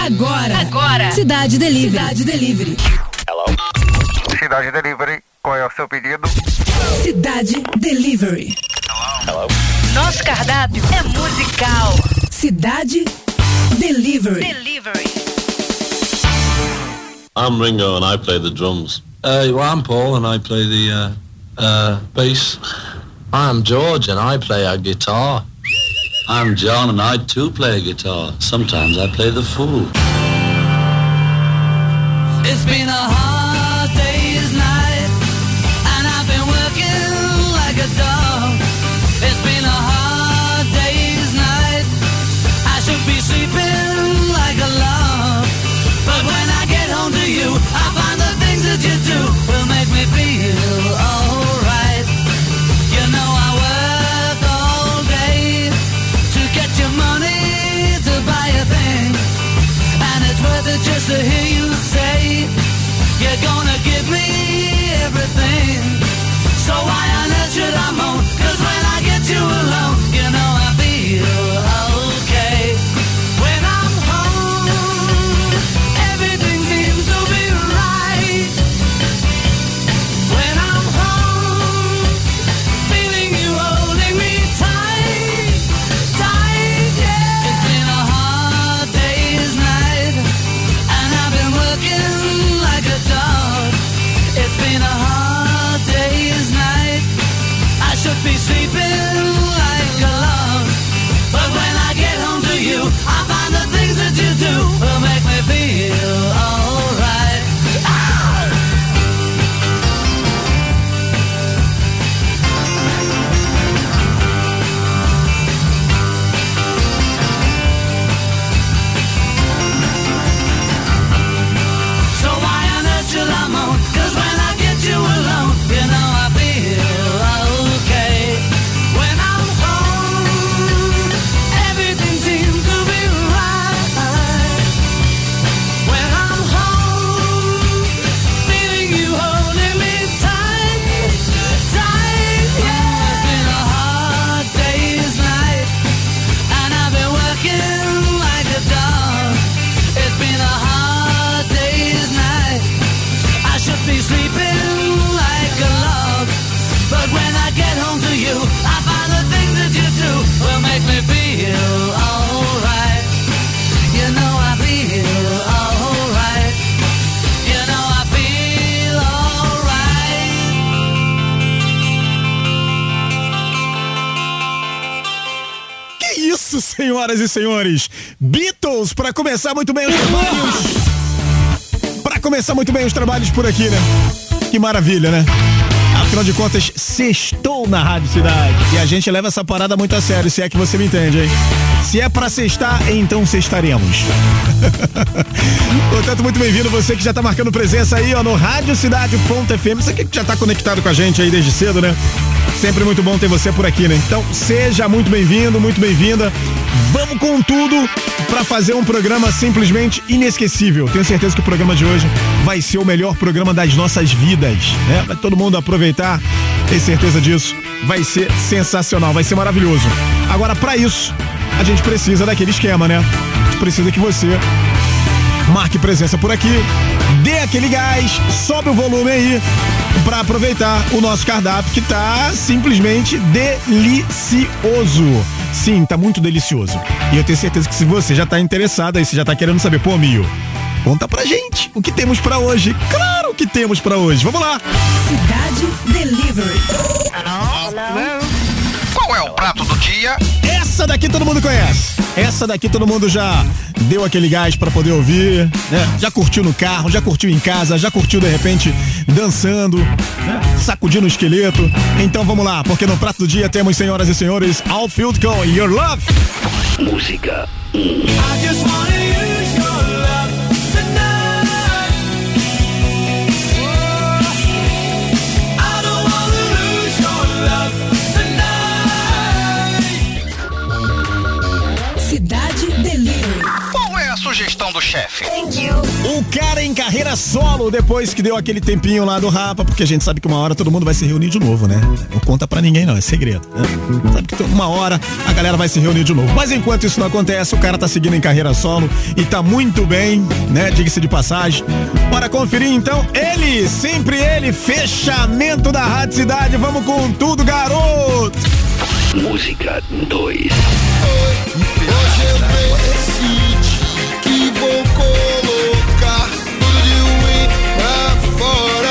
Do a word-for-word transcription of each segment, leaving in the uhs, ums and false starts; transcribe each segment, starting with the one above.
Agora. Agora. Cidade Delivery. Cidade Delivery. Hello. Cidade Delivery. Qual é o seu pedido? Cidade Delivery. Hello. Nosso cardápio é musical. Cidade Delivery. Delivery. I'm Ringo and I play the drums. Uh, well, I'm Paul and I play the uh, uh, bass. I'm George and I play a guitar. I'm John and I too play a guitar. Sometimes I play the fool. It's been a hard day's night and I've been working like a dog. It's been a hard day's night. I should be sleeping like a log. But when I get home to you, I find the things that you do will make me feel alright. You know I work all day to get your money to buy a thing, and it's worth it just to hear you say you're gonna give me everything. So why on earth should I moan? 'Cause when I get you alone, you know I feel okay. When I'm home, everything seems to be right. When I'm home, feeling you holding me tight, tight, yeah. It's been a hard day's night and I've been working like a dog. It's been a hard day's night. I should be sleeping like a log. But when I get home to you, I find the things that you do will make me feel alright. Ah! So why on earth should I moan? 'Cause when I get you alone, you know I feel okay. When I'm home, everything seems to be right. When I'm home, feeling you holding me tight, tight, yeah. It's been a hard day's night and I've been working like a dog. It's been a hard day's night. I should be sleeping like a log. But when I get home to you, I find the things that you do will make me feel alright. You know I feel alright. You know I feel alright. Que isso, senhoras e senhores? Beatles, pra começar muito bem os trabalhos. Pra começar muito bem os trabalhos por aqui, né? Que maravilha, né? Afinal de contas, sextou na Rádio Cidade. E a gente leva essa parada muito a sério, se é que você me entende, hein? Se é pra sextar, então sextaremos. Portanto, muito bem-vindo você que já tá marcando presença aí, ó, no rádio cidade ponto f m. Você que já tá conectado com a gente aí desde cedo, né? Sempre muito bom ter você por aqui, né? Então, seja muito bem-vindo, muito bem-vinda. Vamos com tudo pra fazer um programa simplesmente inesquecível. Tenho certeza que o programa de hoje vai ser o melhor programa das nossas vidas, né? Vai todo mundo aproveitar, tenho certeza disso. Vai ser sensacional, vai ser maravilhoso. Agora, pra isso, a gente precisa daquele esquema, né? A gente precisa que você marque presença por aqui, dê aquele gás, sobe o volume aí pra aproveitar o nosso cardápio que tá simplesmente delicioso. Sim, tá muito delicioso. E eu tenho certeza que se você já tá interessado aí, você já tá querendo saber, pô, Mio, conta pra gente o que temos pra hoje. Claro que temos pra hoje. Vamos lá. Cidade Delivery. Hello? Hello? Qual é o prato do dia? Essa daqui todo mundo conhece. Essa daqui todo mundo já deu aquele gás pra poder ouvir, né? Já curtiu no carro, já curtiu em casa, já curtiu de repente dançando, né? Sacudindo o esqueleto. Então vamos lá, porque no prato do dia temos, senhoras e senhores, Outfield com Your Love. Música. I just wanna use your love tonight. I don't wanna lose your love tonight. Cidade Delivery. Qual é a sugestão? sugestão do chefe. O cara em carreira solo, depois que deu aquele tempinho lá do Rapa, porque a gente sabe que uma hora todo mundo vai se reunir de novo, né? Não conta pra ninguém não, é segredo, né? Sabe que uma hora a galera vai se reunir de novo. Mas enquanto isso não acontece, o cara tá seguindo em carreira solo e tá muito bem, né? Diga-se de passagem. Bora conferir então ele, sempre ele, fechamento da Rádio Cidade. Vamos com tudo, garoto! Música dois. Hoje eu decidi que vou colocar tudo de ruim pra fora.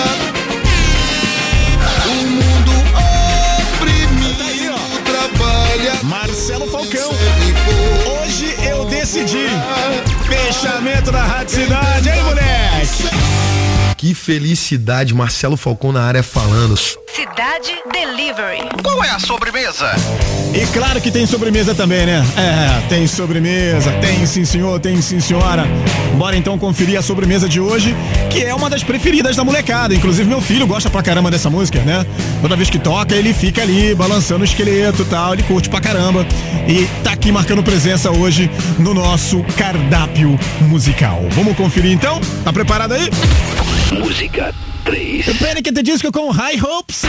O mundo oprimido, tá aí, ó. Trabalha. Marcelo Falcão. Hoje eu decidi. Fechamento da Rádio Cidade, hein, moleque? Que felicidade, Marcelo Falcão na área falando. Cidade Delivery. Qual é a sobremesa? E claro que tem sobremesa também, né? É, tem sobremesa, tem sim senhor, tem sim senhora. Bora então conferir a sobremesa de hoje, que é uma das preferidas da molecada. Inclusive meu filho gosta pra caramba dessa música, né? Toda vez que toca, ele fica ali balançando o esqueleto e tal, ele curte pra caramba. E tá aqui marcando presença hoje no nosso cardápio musical. Vamos conferir então? Tá preparado aí? Música três. O Panic! At the Disco com High Hopes.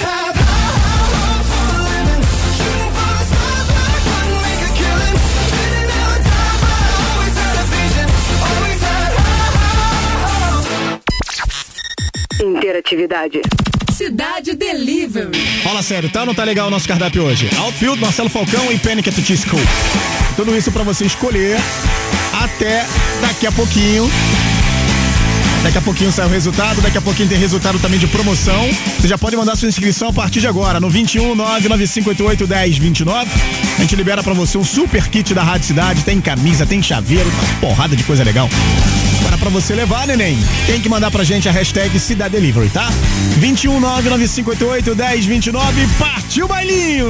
Interatividade. Cidade Delivery. Fala sério, tá ou não tá legal o nosso cardápio hoje? Outfield, Marcelo Falcão e Panic! At the Disco. Tudo isso pra você escolher até daqui a pouquinho. Daqui a pouquinho sai o resultado, daqui a pouquinho tem resultado também de promoção. Você já pode mandar sua inscrição a partir de agora, no vinte e um, nove nove cinco oito oito, um zero dois nove. A gente libera pra você um super kit da Rádio Cidade, tem camisa, tem chaveiro, uma porrada de coisa legal. Agora pra você levar, neném, tem que mandar pra gente a hashtag Cidade Delivery, tá? vinte e um, nove nove cinco oito oito, um zero dois nove, partiu o bailinho!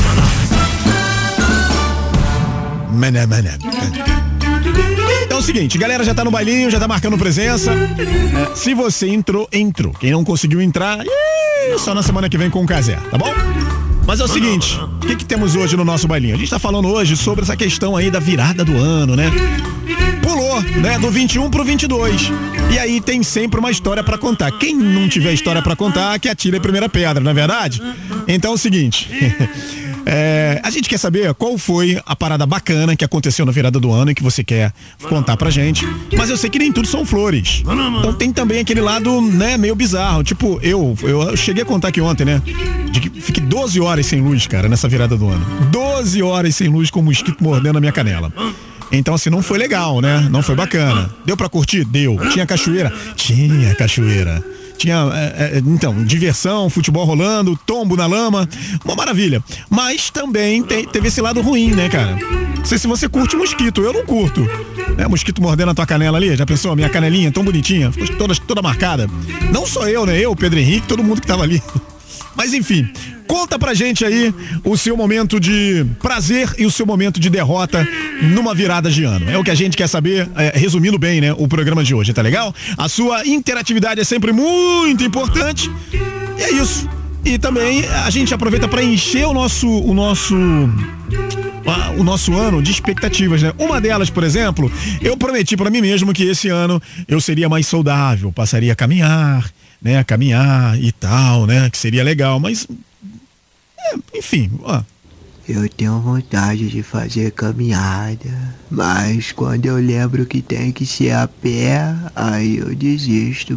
Mané, mané. Então é o seguinte, galera já tá no bailinho, já tá marcando presença. É, se você entrou, entrou. Quem não conseguiu entrar, ih, só na semana que vem com o Casé, tá bom? Mas é o seguinte, o que que temos hoje no nosso bailinho? A gente tá falando hoje sobre essa questão aí da virada do ano, né? Pulou, né? Do vinte e um pro vinte e dois. E aí tem sempre uma história pra contar. Quem não tiver história pra contar, que atire a primeira pedra, não é verdade? Então é o seguinte... É, a gente quer saber qual foi a parada bacana que aconteceu na virada do ano e que você quer contar pra gente. Mas eu sei que nem tudo são flores. Então tem também aquele lado, né, meio bizarro. Tipo, eu, eu cheguei a contar aqui ontem, né? De que fiquei doze horas sem luz, cara, nessa virada do ano. doze horas sem luz com um mosquito mordendo a minha canela. Então, assim, não foi legal, né? Não foi bacana. Deu pra curtir? Deu. Tinha cachoeira? Tinha cachoeira. Tinha, é, é, então, diversão, futebol rolando, tombo na lama, uma maravilha. Mas também te, teve esse lado ruim, né, cara? Não sei se você curte mosquito, eu não curto. Né? Mosquito mordendo a tua canela ali, já pensou? Minha canelinha tão bonitinha, ficou toda, toda marcada. Não só eu, né? Eu, Pedro Henrique, todo mundo que tava ali. Mas enfim, conta pra gente aí o seu momento de prazer e o seu momento de derrota numa virada de ano. É o que a gente quer saber, é, resumindo bem, né, o programa de hoje, tá legal? A sua interatividade é sempre muito importante. E é isso. E também a gente aproveita pra encher o nosso, o nosso, o nosso ano de expectativas, né? Uma delas, por exemplo, eu prometi pra mim mesmo que esse ano eu seria mais saudável, passaria a caminhar, né, caminhar e tal, né, que seria legal, mas é, enfim, ó. Eu tenho vontade de fazer caminhada, mas quando eu lembro que tem que ser a pé, aí eu desisto.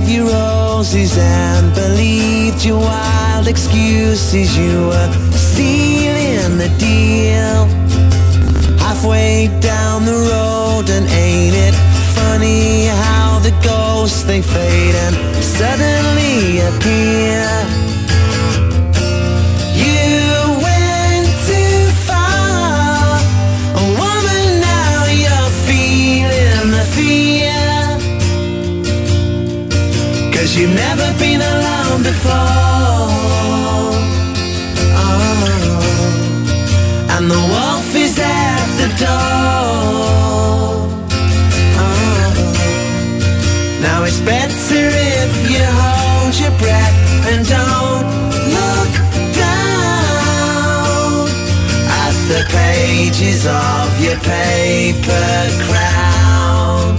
gave you roses and believed your wild excuses. You were sealing the deal halfway down the road, and ain't it funny how the ghosts they fade and suddenly appear. You went too far, a woman, now you're feeling the fear, 'cause you've never been alone before. Oh. And the wolf is at the door. Oh. Now it's better if you hold your breath and don't look down at the pages of your paper crown.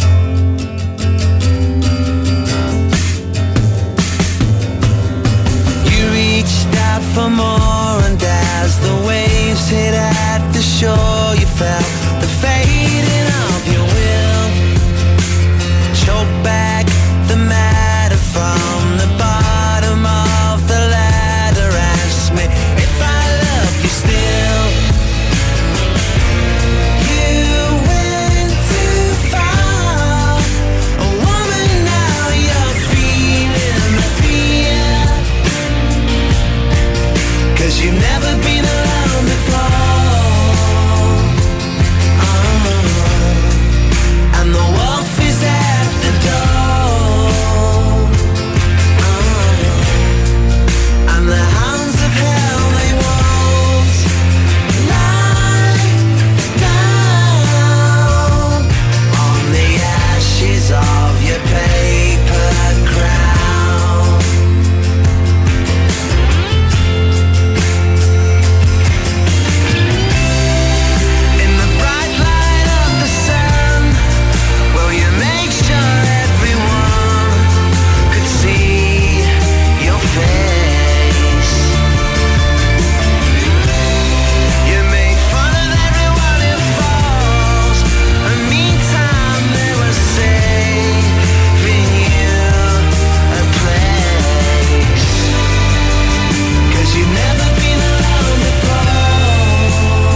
You reached out for more, and as the waves hit at the shore, you felt the fading of your will. Choke back the matter from the bottom of the ladder. Ask me if I love you still. You went too far, a woman, now you're feeling the fear, 'cause you've never been alone before. Oh. And the wolf is at the door. Oh. And the hounds of hell, they won't lie down on the ashes of your paper crown. In the bright light of the sun, will you make sure everyone could see your face? You make fun of everyone who falls, and meantime they were saving you a place, 'cause you've never been alone before.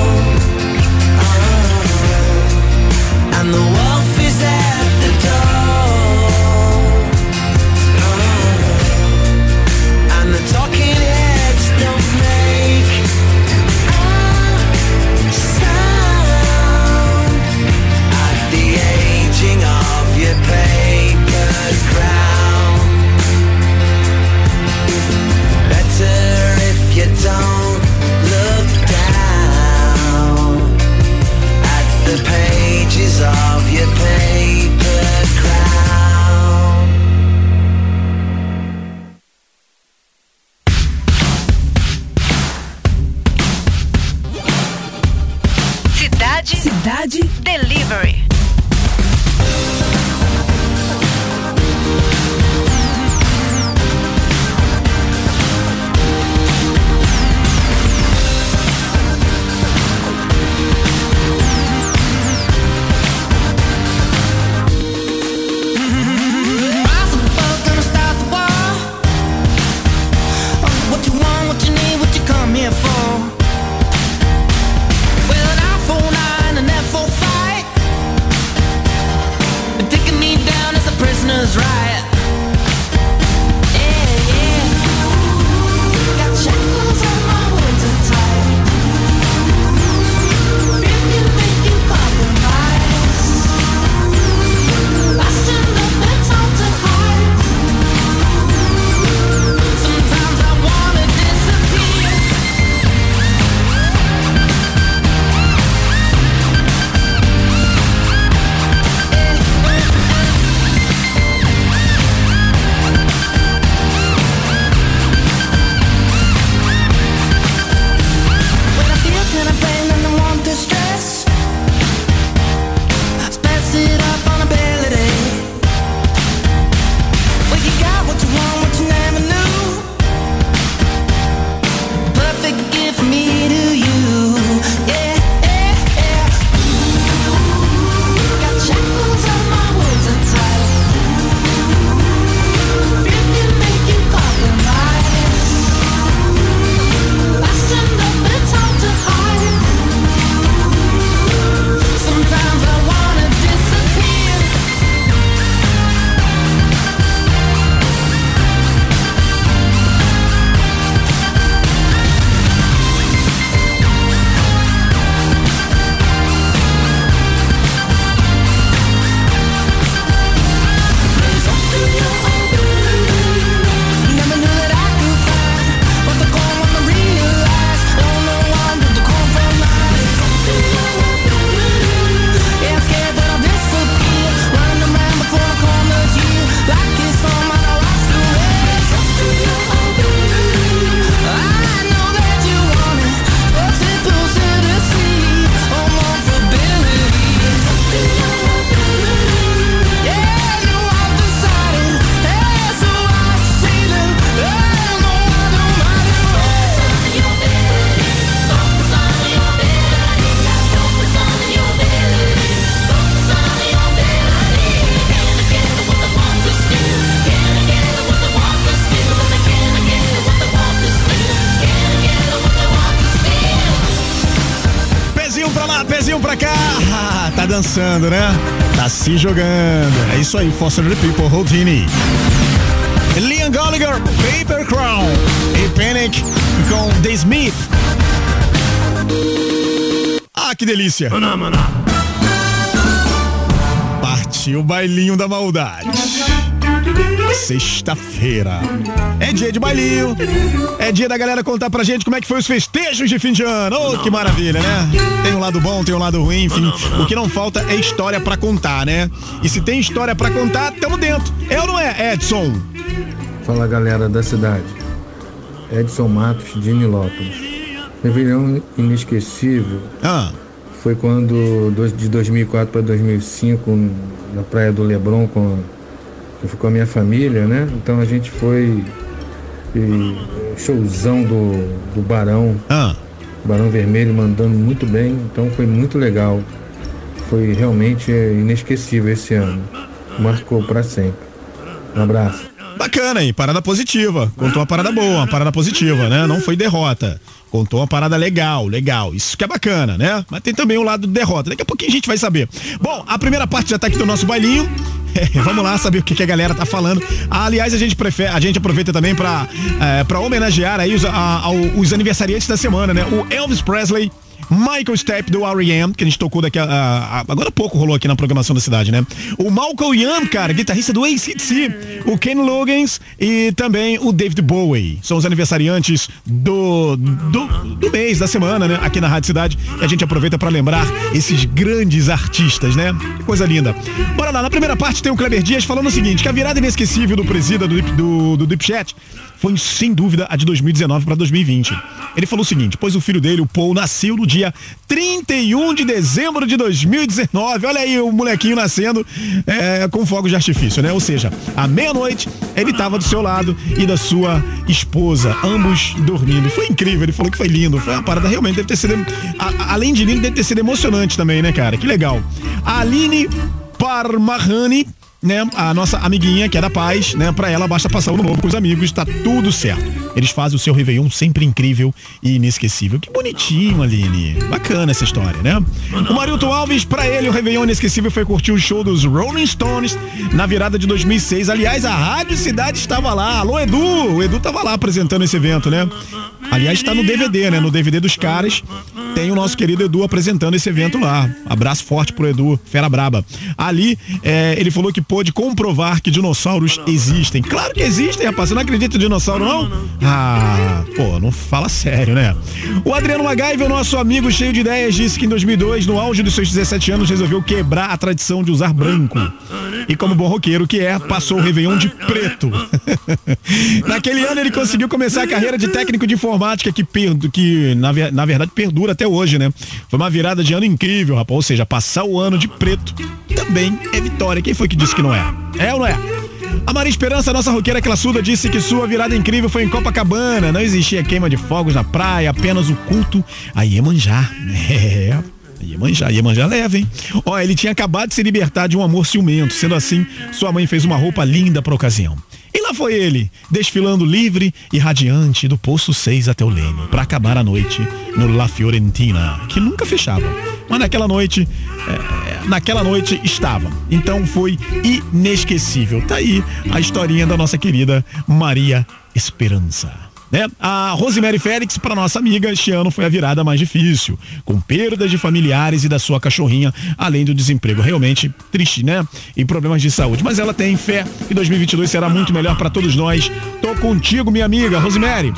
Oh. And the wolf is at the door. Oh. And the talking heads don't make a sound at the aging of your paper crown. Better if you don't look down at the pages of your paper crown. Cidade, Cidade Delivery. Gonna start the war. What you want, what you need, what you come here for? Well, an eye for an eye and an F for fight. um pra cá. Ah, tá dançando, né? Tá se jogando. É isso aí, Foster the People, Houdini. Liam Gallagher, Paper Crown e Panic com The Smith. Ah, que delícia. Partiu o bailinho da maldade. Sexta-feira é dia de bailinho, é dia da galera contar pra gente como é que foi os festejos de fim de ano. Oh, que maravilha, né? Tem um lado bom, tem um lado ruim, enfim. O que não falta é história pra contar, né? E se tem história pra contar, tamo dentro. É ou não é, Edson? Fala, galera da cidade. Edson Matos, de Nilópolis. Réveillon inesquecível ah. foi quando, de dois mil e quatro para dois mil e cinco, na Praia do Leblon, com, eu fui com a minha família, né? Então a gente foi e, showzão do, do Barão, ah. Barão Vermelho, mandando muito bem, então foi muito legal. Foi realmente inesquecível esse ano. Marcou para sempre. Um abraço. Bacana aí, parada positiva. Contou uma parada boa, uma parada positiva, né? Não foi derrota. Contou uma parada legal, legal. Isso que é bacana, né? Mas tem também o lado de derrota. Daqui a pouquinho a gente vai saber. Bom, a primeira parte já tá aqui do nosso bailinho. É, vamos lá saber o que, que a galera tá falando. Ah, aliás, a gente prefere, a gente aproveita também pra, é, pra homenagear aí os, a, a, os aniversariantes da semana, né? O Elvis Presley, Michael Stipe do R E M, que a gente tocou daqui a, a, a, agora há pouco rolou aqui na programação da cidade, né? O Malcolm Young, cara, guitarrista do A C D C, o Ken Loggins e também o David Bowie. São os aniversariantes do, do, do mês, da semana, né? Aqui na Rádio Cidade. E a gente aproveita pra lembrar esses grandes artistas, né? Que coisa linda. Bora lá, na primeira parte tem o Kleber Dias falando o seguinte, que a virada inesquecível do presida do, do, do Deep Chat foi, sem dúvida, a de dois mil e dezenove para dois mil e vinte. Ele falou o seguinte, pois o filho dele, o Paul, nasceu no dia trinta e um de dezembro de dois mil e dezenove. Olha aí o molequinho nascendo é, com fogos de artifício, né? Ou seja, à meia-noite ele estava do seu lado e da sua esposa, ambos dormindo. Foi incrível, ele falou que foi lindo. Foi uma parada realmente, deve ter sido, a, além de lindo, deve ter sido emocionante também, né, cara? Que legal. A Aline Parmahani, né, a nossa amiguinha que é da paz, né, pra ela basta passar o ano novo com os amigos, tá tudo certo. Eles fazem o seu Réveillon sempre incrível e inesquecível. Que bonitinho, Aline. Bacana essa história, né? O Marilton Alves, pra ele o Réveillon inesquecível foi curtir o show dos Rolling Stones na virada de dois mil e seis. Aliás, a Rádio Cidade estava lá. Alô, Edu! O Edu tava lá apresentando esse evento, né? Aliás, tá no D V D, né? No D V D dos caras tem o nosso querido Edu apresentando esse evento lá. Abraço forte pro Edu, fera braba. Ali, é, ele falou que pôde comprovar que dinossauros existem. Claro que existem, rapaz. Você não acredita em dinossauro, não? Ah, pô, não fala sério, né? O Adriano Magaiva, nosso amigo cheio de ideias, disse que em dois mil e dois, no auge dos seus dezessete anos, resolveu quebrar a tradição de usar branco. E como bom roqueiro que é, passou o Réveillon de preto. Naquele ano ele conseguiu começar a carreira de técnico de informática que, que na, na verdade perdura até hoje, né? Foi uma virada de ano incrível, rapaz. Ou seja, passar o ano de preto também é vitória. Quem foi que disse que não é? É ou não é? A Maria Esperança, nossa roqueira classuda, disse que sua virada incrível foi em Copacabana. Não existia queima de fogos na praia, apenas o culto a Iemanjá. É... Iemanjá, Iemanjá leva, hein? Ó, ele tinha acabado de se libertar de um amor ciumento. Sendo assim, sua mãe fez uma roupa linda pra ocasião. E lá foi ele, desfilando livre e radiante do Poço seis até o Leme, pra acabar a noite no La Fiorentina, que nunca fechava. Mas naquela noite, é, naquela noite estava. Então foi inesquecível. Tá aí a historinha da nossa querida Maria Esperança. Né? A Rosemary Félix, para nossa amiga, este ano foi a virada mais difícil, com perdas de familiares e da sua cachorrinha, além do desemprego realmente triste, né? E problemas de saúde. Mas ela tem fé que dois mil e vinte e dois será muito melhor para todos nós. Tô contigo, minha amiga Rosemary.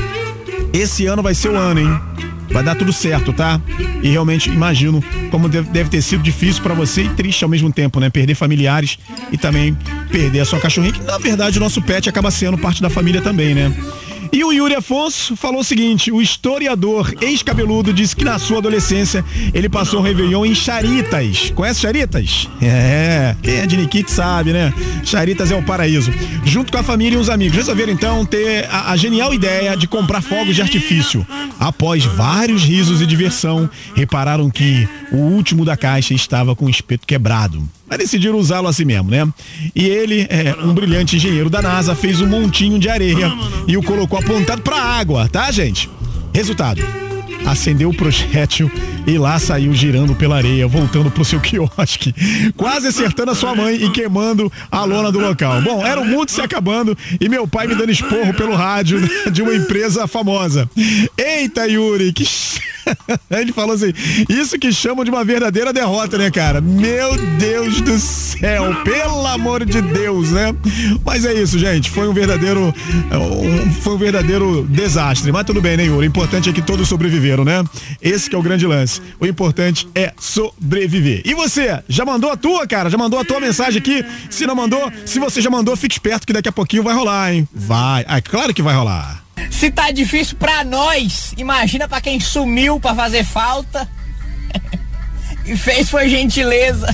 Esse ano vai ser o ano, hein? Vai dar tudo certo, tá? E realmente imagino como deve ter sido difícil pra você e triste ao mesmo tempo, né? Perder familiares e também perder a sua cachorrinha, que na verdade o nosso pet acaba sendo parte da família também, né? E o Yuri Afonso falou o seguinte, o historiador ex-cabeludo disse que na sua adolescência ele passou um Réveillon em Charitas. Conhece Charitas? É, quem é de Nikit sabe, né? Charitas é o paraíso. Junto com a família e os amigos, resolveram então ter a, a genial ideia de comprar fogos de artifício. Após vários risos e diversão, repararam que o último da caixa estava com o espeto quebrado. Mas decidiram usá-lo assim mesmo, né? E ele, é, um brilhante engenheiro da NASA, fez um montinho de areia e o colocou apontado pra água, tá, gente? Resultado, acendeu o projétil e lá saiu girando pela areia, voltando pro seu quiosque, quase acertando a sua mãe e queimando a lona do local. Bom, era o mundo se acabando e meu pai me dando esporro pelo rádio de uma empresa famosa. Eita, Yuri, que... Ele falou assim, isso que chamam de uma verdadeira derrota, né, cara? Meu Deus do céu, pelo amor de Deus, né? Mas é isso, gente, foi um verdadeiro um, foi um verdadeiro desastre, mas tudo bem, né, Yuri? O importante é que todos sobreviveram, né? Esse que é o grande lance, o importante é sobreviver. E você, já mandou a tua, cara? Já mandou a tua mensagem aqui? Se não mandou, se você já mandou, fique esperto que daqui a pouquinho vai rolar, hein? Vai, ah, claro que vai rolar. Se tá difícil pra nós, imagina pra quem sumiu pra fazer falta e fez por gentileza.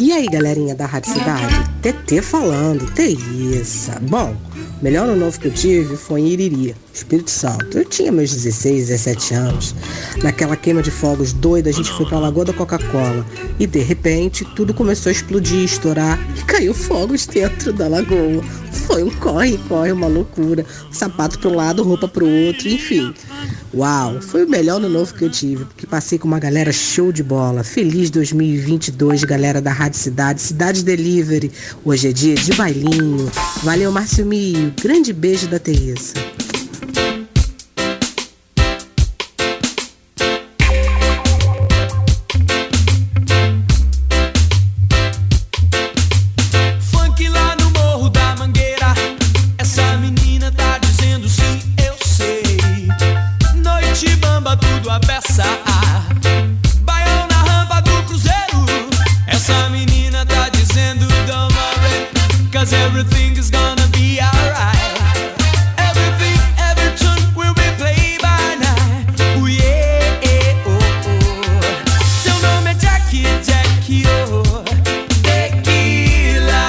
E aí, galerinha da Rádio Cidade? T T falando, que isso. Bom, o melhor ano novo que eu tive foi em Iriri, Espírito Santo. Eu tinha meus dezesseis, dezessete anos. Naquela queima de fogos doida, a gente foi pra Lagoa da Coca-Cola. E de repente, tudo começou a explodir, estourar e caiu fogos dentro da lagoa. Foi um corre, corre, uma loucura. Sapato pro lado, roupa pro outro, enfim. Uau, foi o melhor ano novo que eu tive, porque passei com uma galera show de bola. Feliz dois mil e vinte e dois, galera da Rádio Cidade, Cidade Delivery. Hoje é dia de bailinho. Valeu, Márcio Mio. Grande beijo da Teresa. Everything is gonna be alright. Everything, every tune will be played by night. Oh yeah, oh oh. Seu nome é Jackie, Jackie, oh. Tequila.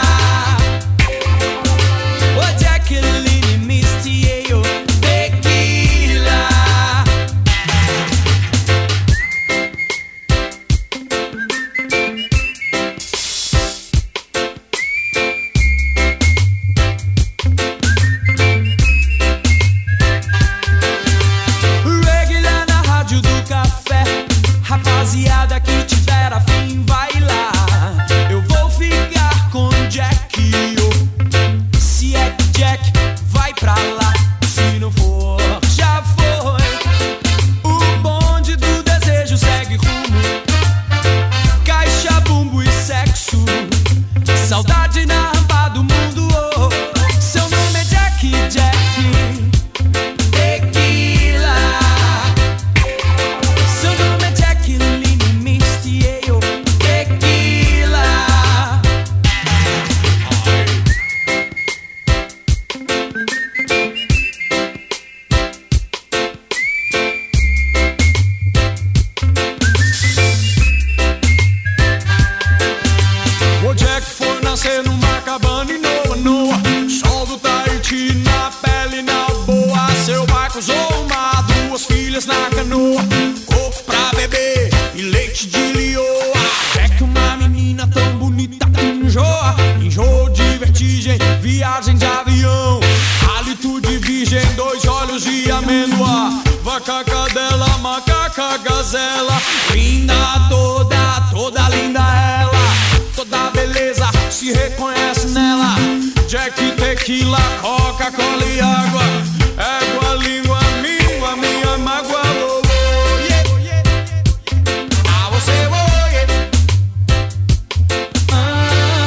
Oh Jacqueline Misty, oh. Tequila. Rapaziada que tiver afim, vai lá. Eu vou ficar com Jack, oh. Se é que Jack vai pra lá, se não for, já foi. O bonde do desejo segue rumo. Caixa, bumbo e sexo. Saudade na rampa do mundo, oh. Seu nome é Jack, Jack. Tequila. Seu nome é Jacqueline Misty, oh. Tequila. O Jack foi nascer numa cabana em Noa, Noa. Sol do Tahiti na pele, na boa. Seu barco usou o mar, duas filhas na canoa. Coco pra beber e leite de lioa. É que uma menina tão bonita enjoa. Enjoa de vertigem, viagem de avião. Hálito de virgem, dois olhos de amêndoa. Vaca, cadela, macaca, gazela. Linda toda, toda linda ela. Toda beleza se reconhece nela. Jack, tequila, Coca-Cola e água. Égua, língua, míngua, minha mágoa. Oh, oh, yeah, yeah. Ah, você, oh, yeah. Ah,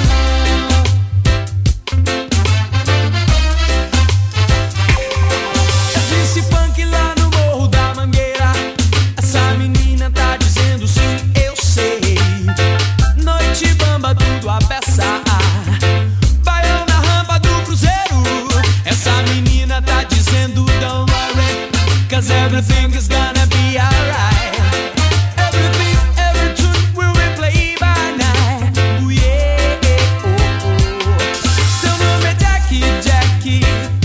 eu disse funk lá no Morro da Mangueira. Essa menina tá dizendo sim, eu sei. Noite bamba, tudo a peça. Baião na rampa do cruzeiro. Essa menina tá dizendo don't worry, cause everything is gonna be alright. Everything, every tune will be played by night. Oh yeah, oh oh. Seu nome é Jackie, Jackie.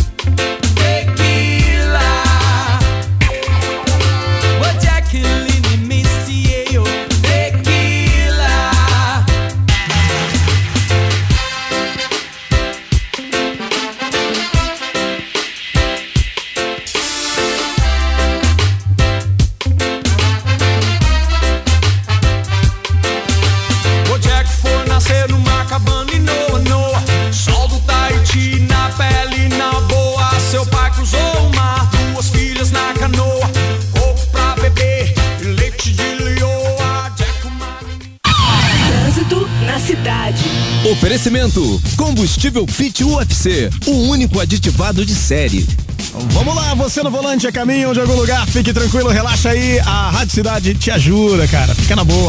Tequila. Oh Jacqueline Misty, oh. Tequila. O Jack foi nascer numa cabana em Noa, Noa. Sol do Tahiti na pele, na boa. Seu pai cruzou o mar, duas filhas na canoa. Coco pra beber e leite de lioa. Jack, uma Trânsito na cidade. Oferecimento: Combustível Fit U F C, o único aditivado de série. Vamos lá, você no volante a caminho de algum lugar, fique tranquilo, relaxa aí, a Rádio Cidade te ajuda, cara, fica na boa.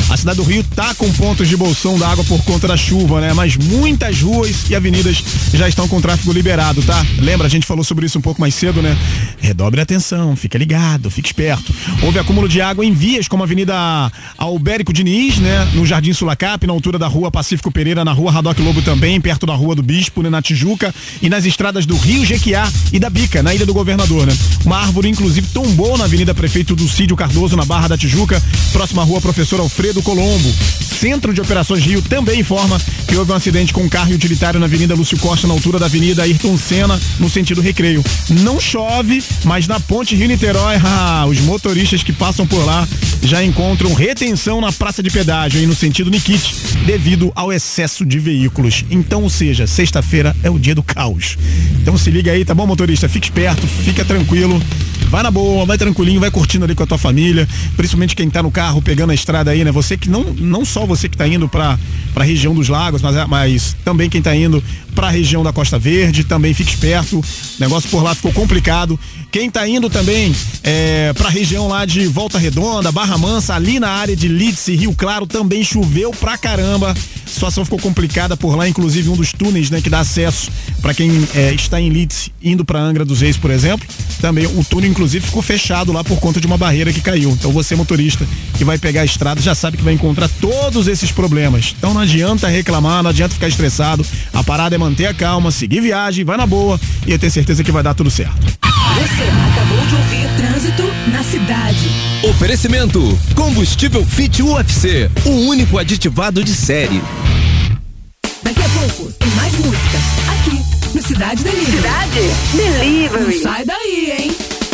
A cidade do Rio tá com pontos de bolsão da água por conta da chuva, né? Mas muitas ruas e avenidas já estão com tráfego liberado, tá? Lembra, a gente falou sobre isso um pouco mais cedo, né? Redobre a atenção, fica ligado, fica esperto. Houve acúmulo de água em vias como a Avenida Albérico Diniz, né? No Jardim Sulacap, na altura da Rua Pacífico Pereira, na Rua Radoc Lobo também, perto da Rua do Bispo, né? Na Tijuca, e nas estradas do Rio, Jequiá e da Bica, na Ilha do Governador, né? Uma árvore, inclusive, tombou na Avenida Prefeito Dulcídio Cardoso, na Barra da Tijuca, próxima à Rua Professor Alfredo Colombo. Centro de Operações Rio também informa que houve um acidente com um carro utilitário na Avenida Lúcio Costa, na altura da Avenida Ayrton Senna, no sentido Recreio. Não chove, mas na ponte Rio-Niterói, ah, os motoristas que passam por lá já encontram retenção na praça de pedágio, aí no sentido Nikit, devido ao excesso de veículos. Então, ou seja, sexta-feira é o dia do caos. Então se liga aí, tá bom, motorista? Fique esperto, fica tranquilo, vai na boa, vai tranquilinho, vai curtindo ali com a tua família, principalmente quem tá no carro pegando a estrada aí, né? Você que não, não só você que tá indo pra, pra região dos lagos, mas, mas também quem tá indo pra região da Costa Verde, também fique esperto, o negócio por lá ficou complicado. Quem tá indo também é, pra região lá de Volta Redonda, Barra Mansa, ali na área de Lídice e Rio Claro, também choveu pra caramba. A situação ficou complicada por lá, inclusive um dos túneis, né, que dá acesso para quem é, está em Lídice indo para Angra dos Reis, por exemplo. Também o túnel, inclusive, ficou fechado lá por conta de uma barreira que caiu. Então você, motorista, que vai pegar a estrada, já sabe que vai encontrar todos esses problemas. Então não adianta reclamar, não adianta ficar estressado. A parada é manter a calma, seguir viagem, vai na boa e eu tenho certeza que vai dar tudo certo. Você acabou de ouvir Trânsito na Cidade. Oferecimento: Combustível Fit U F C, o único aditivado de série. Daqui a pouco tem mais música aqui no Cidade Delivery. Cidade Delivery. Não sai daí, hein?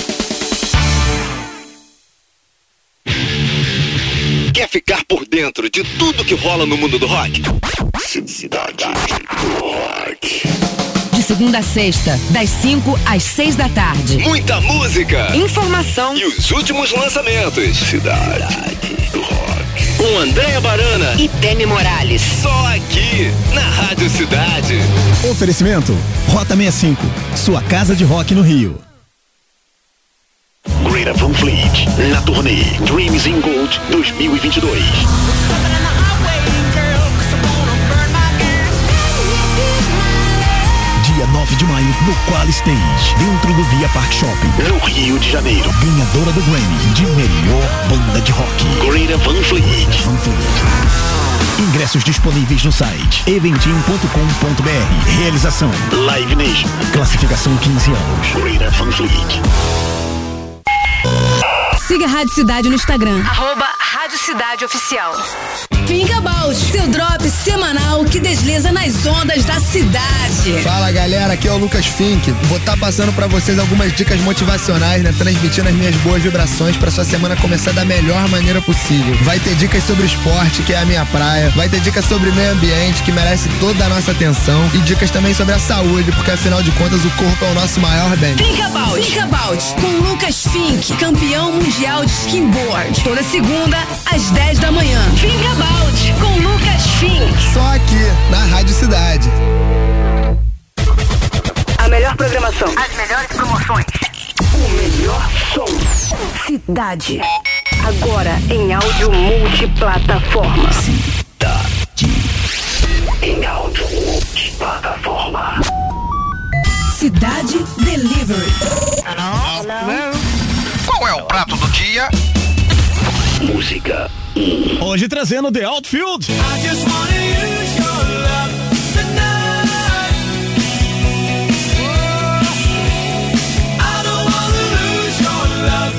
Quer ficar por dentro de tudo que rola no mundo do rock? Cidade do Rock. De segunda a sexta, das cinco às seis da tarde. Muita música, informação e os últimos lançamentos. Cidade do Rock. Com Andréa Barana e Demi Morales. Só aqui, na Rádio Cidade. Oferecimento: Rota sessenta e cinco, sua casa de rock no Rio. Greta Van Fleet, na turnê Dreams in Gold dois mil e vinte e dois. Dia nove de maio, no Qual Stage, dentro do Via Park Shopping, no Rio de Janeiro. Ganhadora do Grammy de melhor banda de rock, Greta Van Fleet. Van Fleet. Ingressos disponíveis no site eventim ponto com ponto br. Realização Live Nation. Classificação quinze anos. Greta Van Fleet. Siga a Rádio Cidade no Instagram. Arroba Rádio Cidade Oficial. Think About, seu drop semanal que desliza nas ondas da cidade. Fala galera, aqui é o Lucas Fink. Vou estar tá passando pra vocês algumas dicas motivacionais, né? Transmitindo as minhas boas vibrações pra sua semana começar da melhor maneira possível. Vai ter dicas sobre esporte, que é a minha praia. Vai ter dicas sobre meio ambiente, que merece toda a nossa atenção. E dicas também sobre a saúde, porque afinal de contas o corpo é o nosso maior bem. Think About, Think About, com Lucas Fink, campeão mundial de skinboard. Toda segunda, às dez da manhã. Think About, com Lucas Fink. Só aqui, na Rádio Cidade. A melhor programação. As melhores promoções. O melhor som. Cidade. Agora em áudio multiplataforma. Cidade. Em áudio multiplataforma. Cidade Delivery. Hello? Hello? Qual é o prato do dia? Música. Hoje trazendo The Outfield. I just wanna use your love tonight. I don't wanna lose your love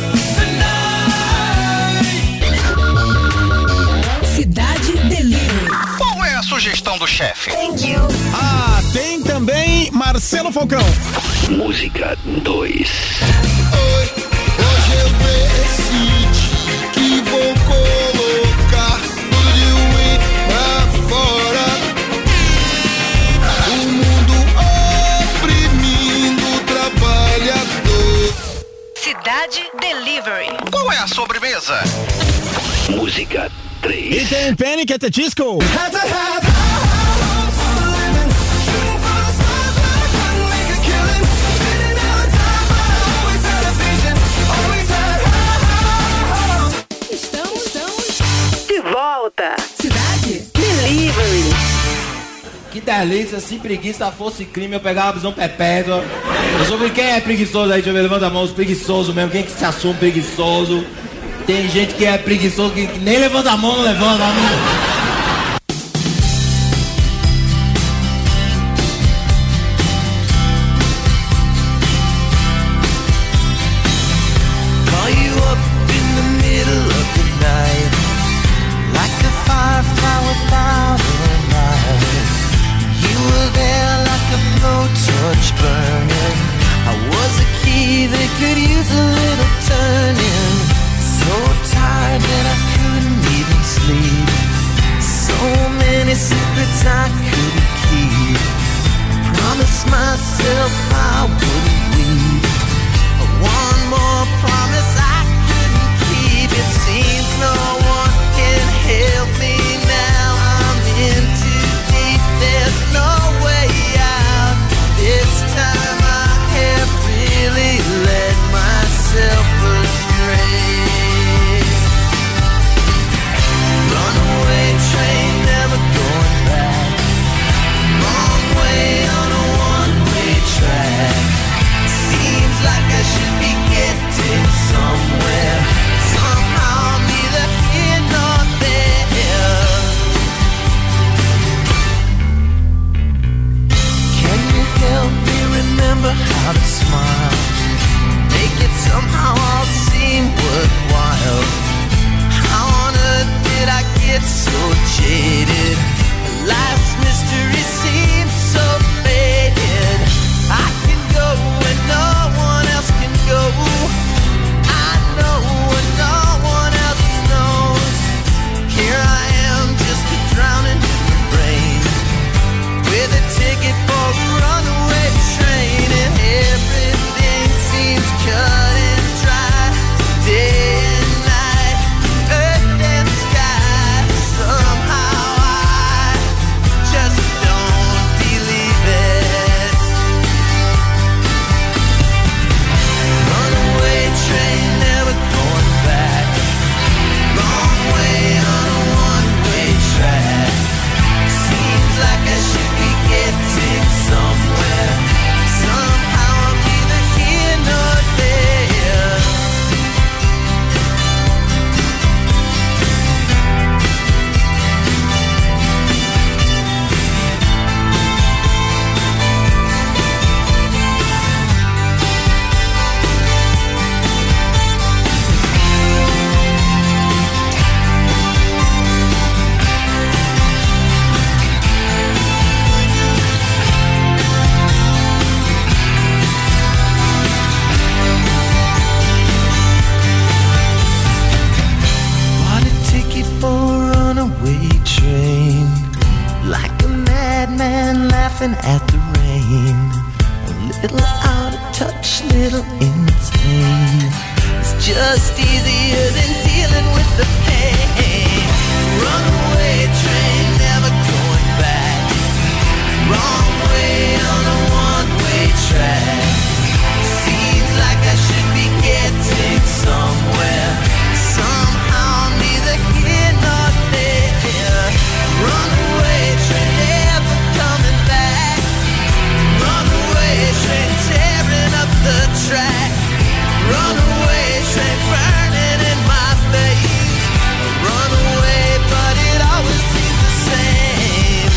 tonight. Cidade Delivery. Qual é a sugestão do chefe? Thank you. Ah, tem também Marcelo Falcão. Música dois. Hoje eu decidi que vou colocar tudo de ruim pra fora. O mundo oprimindo o trabalhador. Cidade Delivery. Qual é a sobremesa? Música três. E tem Panic at the Disco. De volta. volta. Cidade Delivery. Que delícia, se preguiça fosse crime, eu pegava a prisão perpétua. Eu soube quem é preguiçoso aí, deixa eu ver, levanta a mão, os preguiçosos mesmo, quem que se assume preguiçoso. Tem gente que é preguiçoso que nem levanta a mão, não levanta a mão. At the rain, a little out of touch, little insane. It's just easier than dealing with the pain. Runaway train, never going back. Wrong way on a one-way track. Seems like I should be getting somewhere. Somehow I'm neither here nor there. Runaway train, never coming back. Runaway train tearing up the track. Runaway train burning in my face. Runaway, but it always seems the same.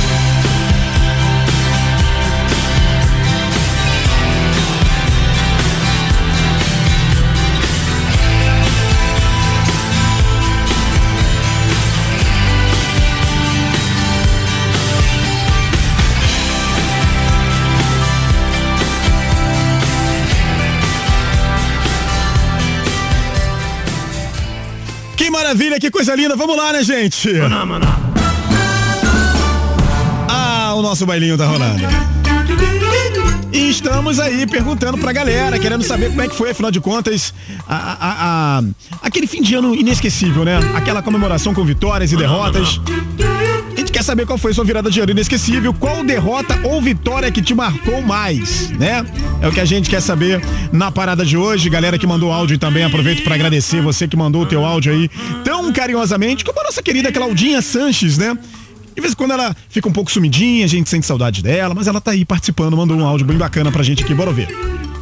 Que maravilha, que coisa linda. Vamos lá, né, gente? Maná, maná. Ah, o nosso bailinho tá rolando. E estamos aí perguntando pra galera, querendo saber como é que foi, afinal de contas, a, a, a, aquele fim de ano inesquecível, né? Aquela comemoração com vitórias e derrotas. gente quer saber qual foi sua virada de ano inesquecível, qual derrota ou vitória que te marcou mais, né? É o que a gente quer saber na parada de hoje. Galera que mandou áudio também, aproveito para agradecer você que mandou o teu áudio aí tão carinhosamente, como a nossa querida Claudinha Sanches, né? De vez em quando ela fica um pouco sumidinha, a gente sente saudade dela, mas ela tá aí participando, mandou um áudio bem bacana pra gente aqui, bora ouvir.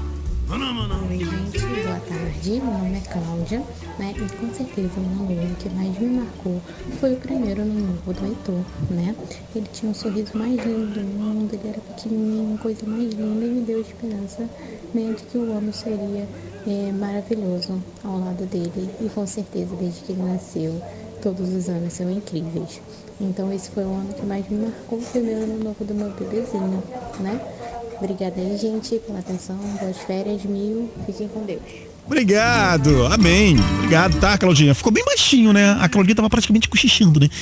Oi, gente, boa tarde, meu nome é Cláudia, né, e com certeza o ano que mais me marcou foi o primeiro ano novo do Heitor, né, ele tinha um sorriso mais lindo do mundo, ele era pequenininho, coisa mais linda, e me deu esperança, né, de que o ano seria é, maravilhoso ao lado dele, e com certeza desde que ele nasceu, todos os anos são incríveis. Então esse foi o ano que mais me marcou, o primeiro ano novo do meu bebezinho, né? Obrigada aí, gente, pela atenção, boas férias, mil, fiquem com Deus. Obrigado, amém. Obrigado, tá, Claudinha? Ficou bem baixinho, né? A Claudinha tava praticamente cochichando, né?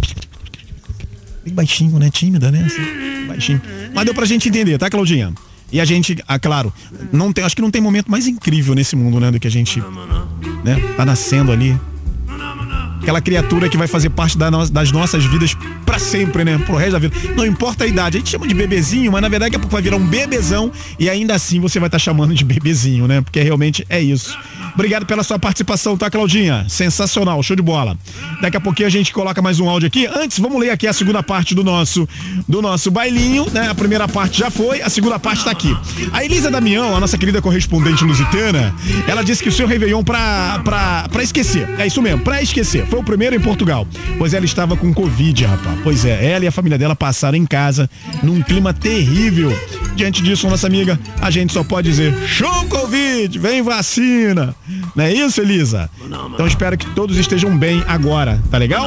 Bem baixinho, né? Tímida, né? Assim, baixinho. Mas deu pra gente entender, tá, Claudinha? E a gente, ah, claro, não tem, acho que não tem momento mais incrível nesse mundo, né? Do que a gente, né? Tá nascendo ali. Aquela criatura que vai fazer parte da no, das nossas vidas pra sempre, né? Pro resto da vida. Não importa a idade. A gente chama de bebezinho, mas na verdade daqui a pouco vai virar um bebezão e ainda assim você vai estar tá chamando de bebezinho, né? Porque realmente é isso. Obrigado pela sua participação, tá, Claudinha? Sensacional, show de bola. Daqui a pouquinho a gente coloca mais um áudio aqui. Antes, vamos ler aqui a segunda parte do nosso do nosso bailinho, né? A primeira parte já foi, a segunda parte tá aqui. A Elisa Damião, a nossa querida correspondente lusitana, ela disse que o seu Réveillon pra, pra, pra esquecer. É isso mesmo, pra esquecer. Foi o primeiro em Portugal, pois ela estava com Covid, rapaz. Pois é, ela e a família dela passaram em casa num clima terrível. Diante disso, nossa amiga, a gente só pode dizer: show Covid, vem vacina. Não é isso, Elisa? Então espero que todos estejam bem agora, tá legal?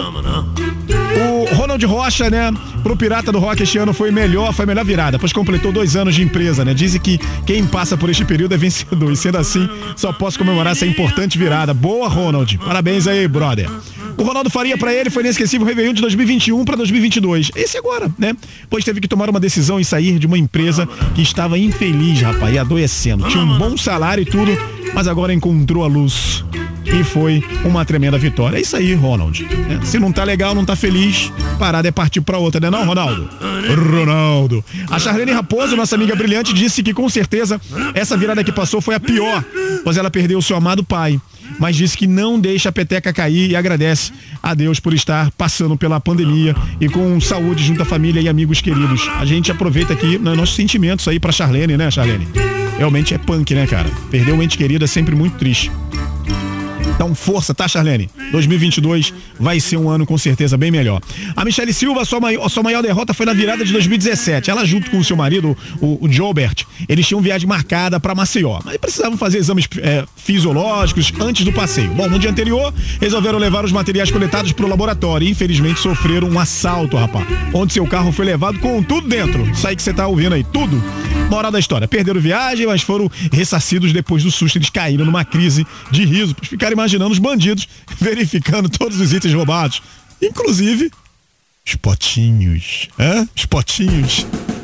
O Ronald Rocha, né, pro Pirata do Rock este ano foi melhor, foi a melhor virada, pois completou dois anos de empresa, né? Dizem que quem passa por este período é vencedor, e sendo assim, só posso comemorar essa importante virada. Boa, Ronald, parabéns aí, brother. O Ronaldo Faria, pra ele, foi inesquecível o Réveillon de dois mil e vinte e um para dois mil e vinte e dois. Esse agora, né? Pois teve que tomar uma decisão e sair de uma empresa que estava infeliz, rapaz, e adoecendo. Tinha um bom salário e tudo, mas agora encontrou a luz. E foi uma tremenda vitória. É isso aí, Ronald. Né? Se não tá legal, não tá feliz, parada é partir pra outra, né não, Ronaldo? Ronaldo. A Charlene Raposo, nossa amiga brilhante, disse que com certeza essa virada que passou foi a pior, pois ela perdeu o seu amado pai. Mas disse que não deixa a peteca cair e agradece a Deus por estar passando pela pandemia e com saúde junto à família e amigos queridos. A gente aproveita aqui né, nossos sentimentos aí pra Charlene, né, Charlene? Realmente é punk, né, cara? Perder um ente querido é sempre muito triste. Então, força, tá, Charlene? dois mil e vinte e dois vai ser um ano com certeza bem melhor. A Michele Silva, sua maior, sua maior derrota foi na virada de dois mil e dezessete. Ela, junto com o seu marido, o, o Jobert, eles tinham viagem marcada para Maceió, mas precisavam fazer exames é, fisiológicos antes do passeio. Bom, no dia anterior, resolveram levar os materiais coletados pro laboratório e, infelizmente, sofreram um assalto, rapaz, onde seu carro foi levado com tudo dentro. Isso aí que você tá ouvindo aí, tudo. Moral da história, perderam viagem, mas foram ressarcidos depois do susto. Eles caíram numa crise de riso, pois ficaram imaginando os bandidos verificando todos os itens roubados, inclusive os potinhos, hã? Os potinhos.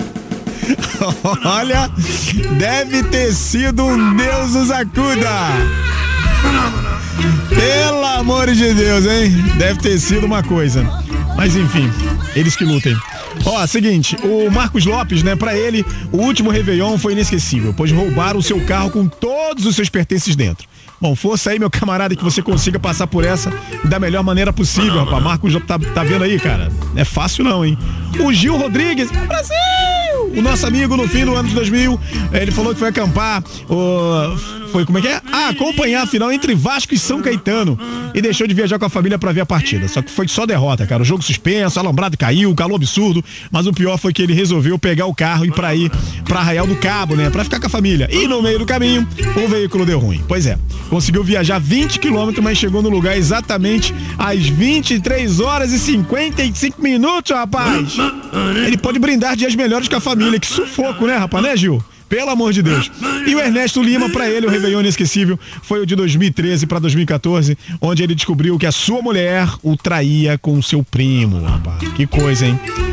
Olha, deve ter sido um Deus nos acuda. Pelo amor de Deus, hein? Deve ter sido uma coisa. Mas enfim, eles que lutem. Ó, seguinte, o Marcos Lopes, né, pra ele, o último Réveillon foi inesquecível, pois roubaram o seu carro com todos os seus pertences dentro. Bom, força aí, meu camarada, que você consiga passar por essa da melhor maneira possível, rapaz. Marcos tá, tá vendo aí, cara? Não é fácil não, hein? O Gil Rodrigues, Brasil! O nosso amigo no fim do ano de dois mil, ele falou que foi acampar, o... foi, como é que é? Ah, acompanhar a final entre Vasco e São Caetano e deixou de viajar com a família pra ver a partida. Só que foi só derrota, cara. O jogo suspenso, o alambrado caiu, calor absurdo, mas o pior foi que ele resolveu pegar o carro e ir pra ir pra Arraial do Cabo, né? Pra ficar com a família. E no meio do caminho, o veículo deu ruim. Pois é, conseguiu viajar vinte quilômetros, mas chegou no lugar exatamente às vinte e três horas e cinquenta e cinco minutos, rapaz. Ele pode brindar dias melhores com a família. Que sufoco, né, rapaz? Né, Gil? Pelo amor de Deus. E o Ernesto Lima, pra ele, o Réveillon inesquecível foi o de dois mil e treze pra dois mil e quatorze, onde ele descobriu que a sua mulher o traía com o seu primo, rapaz. Que coisa, hein?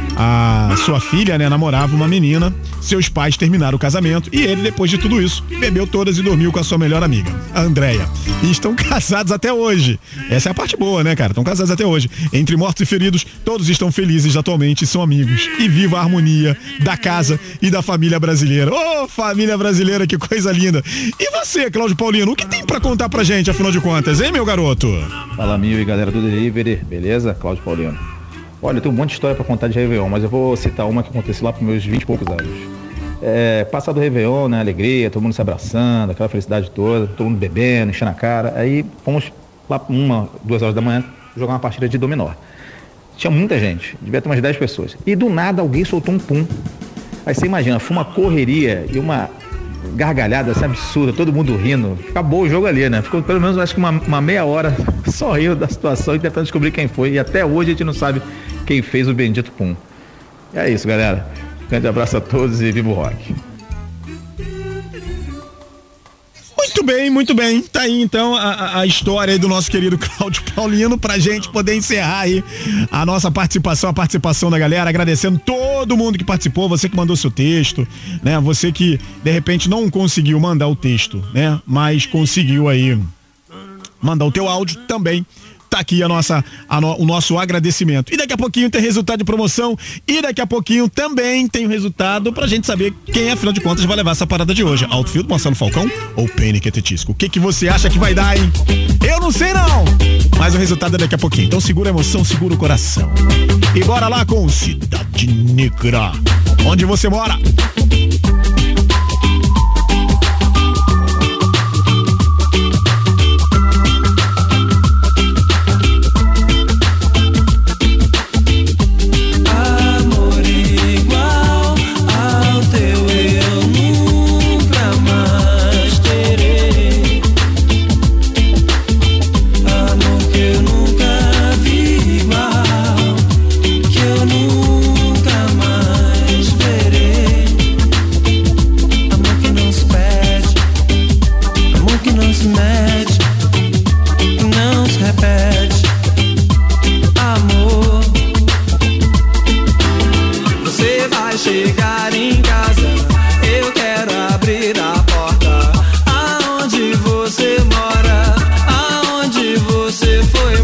a sua filha, né, namorava uma menina, seus pais terminaram o casamento e ele, depois de tudo isso, bebeu todas e dormiu com a sua melhor amiga, a Andréia. E estão casados até hoje. Essa é a parte boa, né, cara? Estão casados até hoje. Entre mortos e feridos, todos estão felizes atualmente e são amigos. E viva a harmonia da casa e da família brasileira. Ô, oh, família brasileira, que coisa linda. E você, Cláudio Paulino, o que tem pra contar pra gente, afinal de contas, hein, meu garoto? Fala, Mil e galera do Delivery, beleza? Cláudio Paulino. Olha, eu tenho um monte de história pra contar de Réveillon, mas eu vou citar uma que aconteceu lá pros meus vinte e poucos anos. É, passado o Réveillon, né, alegria, todo mundo se abraçando, aquela felicidade toda, todo mundo bebendo, enchendo a cara. Aí fomos lá uma, duas horas da manhã jogar uma partida de dominó. Tinha muita gente, devia ter umas dez pessoas. E do nada alguém soltou um pum. Aí você imagina, foi uma correria e uma gargalhada assim, absurda, todo mundo rindo. Acabou o jogo ali, né? Ficou pelo menos acho que uma, uma meia hora só rindo da situação e tentando descobrir quem foi. E até hoje a gente não sabe quem fez o bendito pum. E é isso, galera. Grande abraço a todos e viva o rock. Muito bem, muito bem. Tá aí então a, a história aí do nosso querido Cláudio Paulino pra gente poder encerrar aí a nossa participação, a participação da galera, agradecendo todo mundo que participou, você que mandou seu texto, né? Você que de repente não conseguiu mandar o texto, né? Mas conseguiu aí mandar o teu áudio também. Tá aqui a nossa, a no, o nosso agradecimento. E daqui a pouquinho tem resultado de promoção e daqui a pouquinho também tem o resultado pra gente saber quem, afinal de contas, vai levar essa parada de hoje. Outfield, Marcelo Falcão ou Peniquetetisco? O que que você acha que vai dar, hein? Eu não sei não, mas o resultado é daqui a pouquinho. Então segura a emoção, segura o coração. E bora lá com Cidade Negra. Onde você mora? Chegar em casa, eu quero abrir a porta. Aonde você mora? Aonde você foi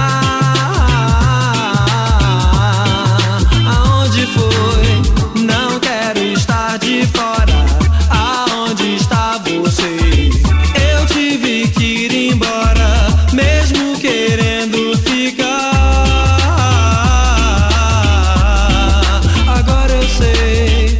morar? Aonde foi? Não quero estar de fora. Aonde está você? Eu tive que ir embora, mesmo querendo ficar. Agora eu sei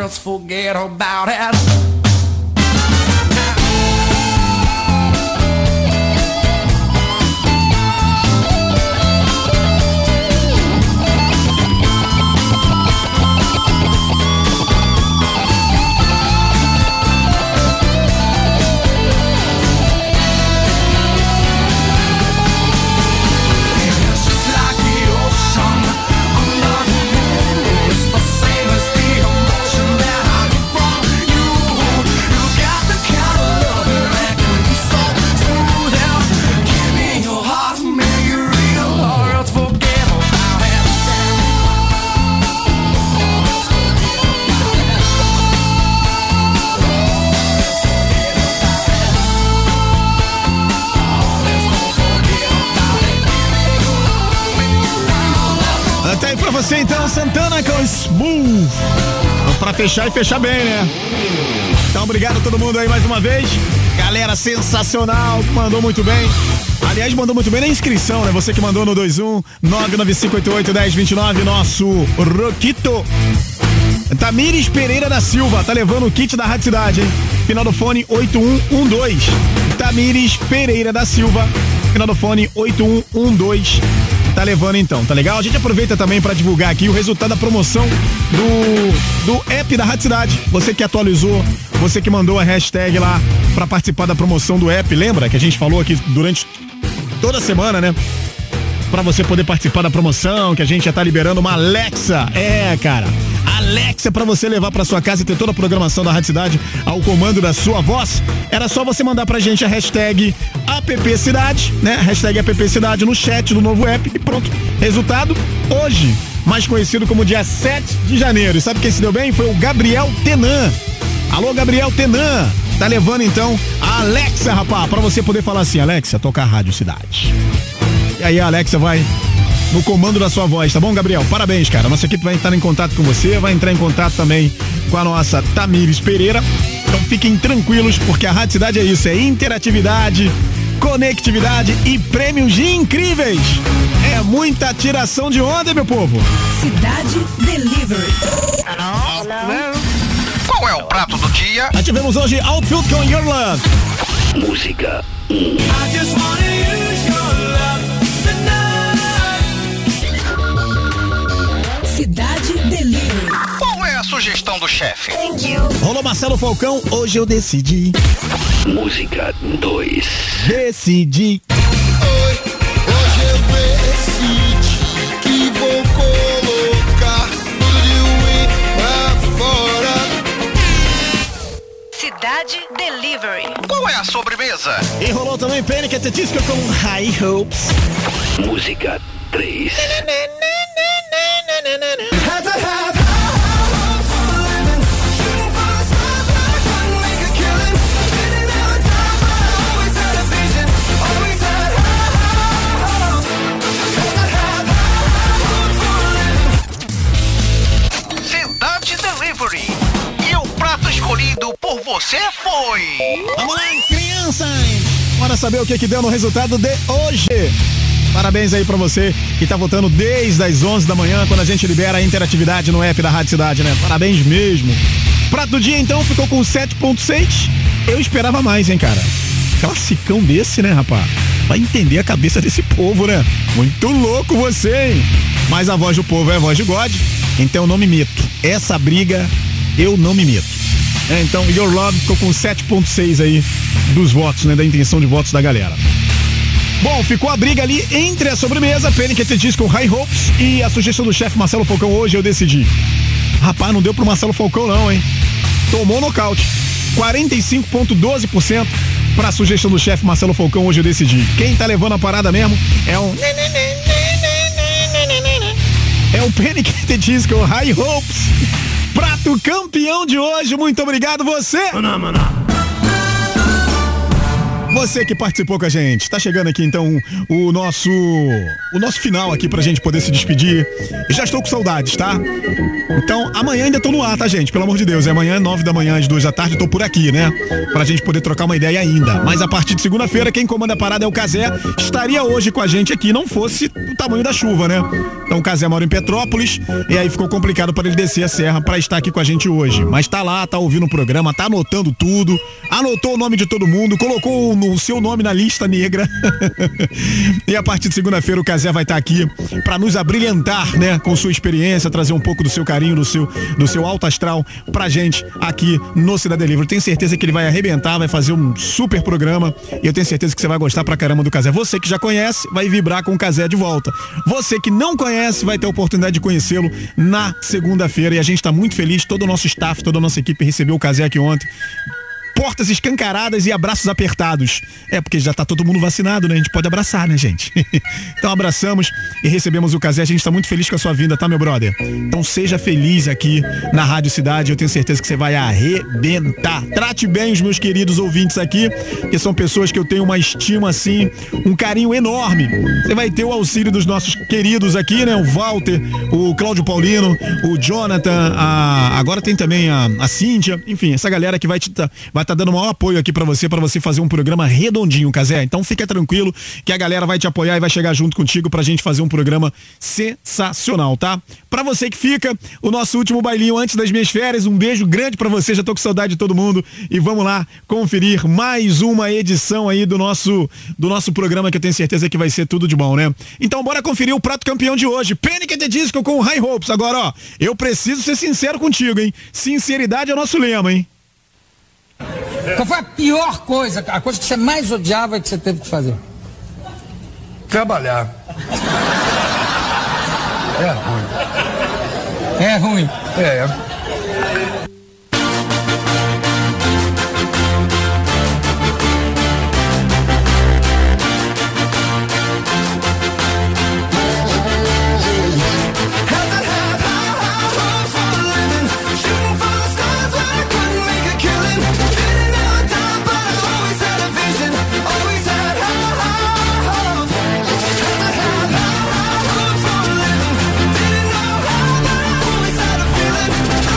let's forget about it. Tá aí pra você então, Santana com Smooth. Pra fechar e fechar bem, né? Então obrigado a todo mundo aí mais uma vez. Galera sensacional, mandou muito bem. Aliás, mandou muito bem na inscrição, né? Você que mandou no dois um nove nove cinco oito oito um zero dois nove, nosso Roquito. Tamires Pereira da Silva, tá levando o kit da Rádio Cidade, hein? Final do fone oito um um dois. Tamires Pereira da Silva, final do fone oito um um dois. Tá levando então, tá legal? A gente aproveita também para divulgar aqui o resultado da promoção do, do app da Rádio Cidade. Você que atualizou, você que mandou a hashtag lá para participar da promoção do app, lembra que a gente falou aqui durante toda a semana, né? Pra você poder participar da promoção, que a gente já tá liberando uma Alexa. É, cara, Alexa pra você levar pra sua casa e ter toda a programação da Rádio Cidade ao comando da sua voz. Era só você mandar pra gente a hashtag appcidade, né? Hashtag appcidade no chat do novo app e pronto. Resultado, hoje, mais conhecido como dia sete de janeiro. E sabe quem se deu bem? Foi o Gabriel Tenan. Alô, Gabriel Tenan. Tá levando então a Alexa, rapaz, pra você poder falar assim: Alexa, toca a Rádio Cidade. E aí a Alexa vai no comando da sua voz, tá bom, Gabriel? Parabéns, cara. Nossa equipe vai entrar em contato com você, vai entrar em contato também com a nossa Tamires Pereira. Então fiquem tranquilos, porque a Rádio Cidade é isso, é interatividade, conectividade e prêmios incríveis. É muita tiração de onda, meu povo. Cidade Delivery. Hello? Hello? Qual é o prato do dia? Nós tivemos hoje Outfield com Your Love. Música um. I just wanna use your love. Cidade Delivery. Qual é a sugestão do chefe? Rolou Marcelo Falcão, hoje eu decidi. Música dois. Decidi. Oi, hoje eu decidi que vou colocar tudo de ruim pra fora. Cidade Delivery. Qual é a sobremesa? E rolou também Panic! At the Disco com High Hopes. Música três. Cidade Delivery. E o prato escolhido por você foi... Vamos lá, crianças! Bora saber o que que deu no resultado de hoje. Parabéns aí pra você que tá votando desde as onze da manhã, quando a gente libera a interatividade no app da Rádio Cidade, né? Parabéns mesmo. Prato do dia, então, ficou com sete ponto seis. Eu esperava mais, hein, cara? Classicão desse, né, rapaz? Vai entender a cabeça desse povo, né? Muito louco você, hein? Mas a voz do povo é a voz de God, então eu não me meto. Essa briga, eu não me meto. É, então, Your Love ficou com sete ponto seis aí dos votos, né? Da intenção de votos da galera. Bom, ficou a briga ali entre a sobremesa, Panic! At the Disco com High Hopes e a sugestão do chefe Marcelo Falcão. Hoje eu decidi. Rapaz, não deu pro Marcelo Falcão não, hein? Tomou nocaute. quarenta e cinco vírgula doze por cento pra sugestão do chefe Marcelo Falcão. Hoje eu decidi. Quem tá levando a parada mesmo é um... É o Panic! At the Disco High Hopes. Prato campeão de hoje. Muito obrigado, você! Maná, maná. Você que participou com a gente, tá chegando aqui então o nosso o nosso final aqui pra gente poder se despedir. Já estou com saudades, tá? Então amanhã ainda tô no ar, tá, gente? Pelo amor de Deus, é amanhã nove da manhã às duas da tarde, eu tô por aqui, né? Pra gente poder trocar uma ideia ainda. Mas a partir de segunda-feira, quem comanda a parada é o Cazé. Estaria hoje com a gente aqui, não fosse o tamanho da chuva, né? Então o Cazé mora em Petrópolis e aí ficou complicado para ele descer a serra pra estar aqui com a gente hoje. Mas tá lá, tá ouvindo o programa, tá anotando tudo, anotou o nome de todo mundo, colocou o seu nome na lista negra. E a partir de segunda-feira o Cazé vai estar aqui pra nos abrilhantar, né? Com sua experiência, trazer um pouco do seu carinho, do seu, do seu alto astral pra gente aqui no Cidade Delivery. Tenho certeza que ele vai arrebentar, vai fazer um super programa e eu tenho certeza que você vai gostar pra caramba do Cazé. Você que já conhece, vai vibrar com o Cazé de volta. Você que não conhece, vai ter a oportunidade de conhecê-lo na segunda-feira e a gente tá muito feliz, todo o nosso staff, toda a nossa equipe recebeu o Cazé aqui ontem. Portas escancaradas e abraços apertados. É, porque já tá todo mundo vacinado, né? A gente pode abraçar, né, gente? Então abraçamos e recebemos o Cazé. A gente tá muito feliz com a sua vinda, tá, meu brother? Então seja feliz aqui na Rádio Cidade. Eu tenho certeza que você vai arrebentar. Trate bem os meus queridos ouvintes aqui, que são pessoas que eu tenho uma estima, assim, um carinho enorme. Você vai ter o auxílio dos nossos queridos aqui, né? O Walter, o Cláudio Paulino, o Jonathan, a... agora tem também a, a Cíntia. Enfim, essa galera que vai te... vai tá dando o maior apoio aqui pra você, pra você fazer um programa redondinho, Cazé. Então fica tranquilo que a galera vai te apoiar e vai chegar junto contigo pra gente fazer um programa sensacional, tá? Pra você que fica, o nosso último bailinho antes das minhas férias, um beijo grande pra você, já tô com saudade de todo mundo e vamos lá conferir mais uma edição aí do nosso do nosso programa que eu tenho certeza que vai ser tudo de bom, né? Então bora conferir o prato campeão de hoje, Panic! At the Disco com High Hopes. Agora, ó, eu preciso ser sincero contigo, hein? Sinceridade é o nosso lema, hein? Qual foi a pior coisa, a coisa que você mais odiava e que você teve que fazer? Trabalhar. É ruim. É ruim? É. Feeling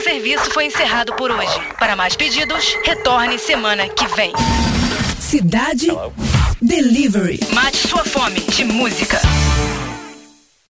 serviço foi encerrado por hoje. Para mais pedidos, retorne semana que vem. Cidade Delivery. Mate sua fome de música.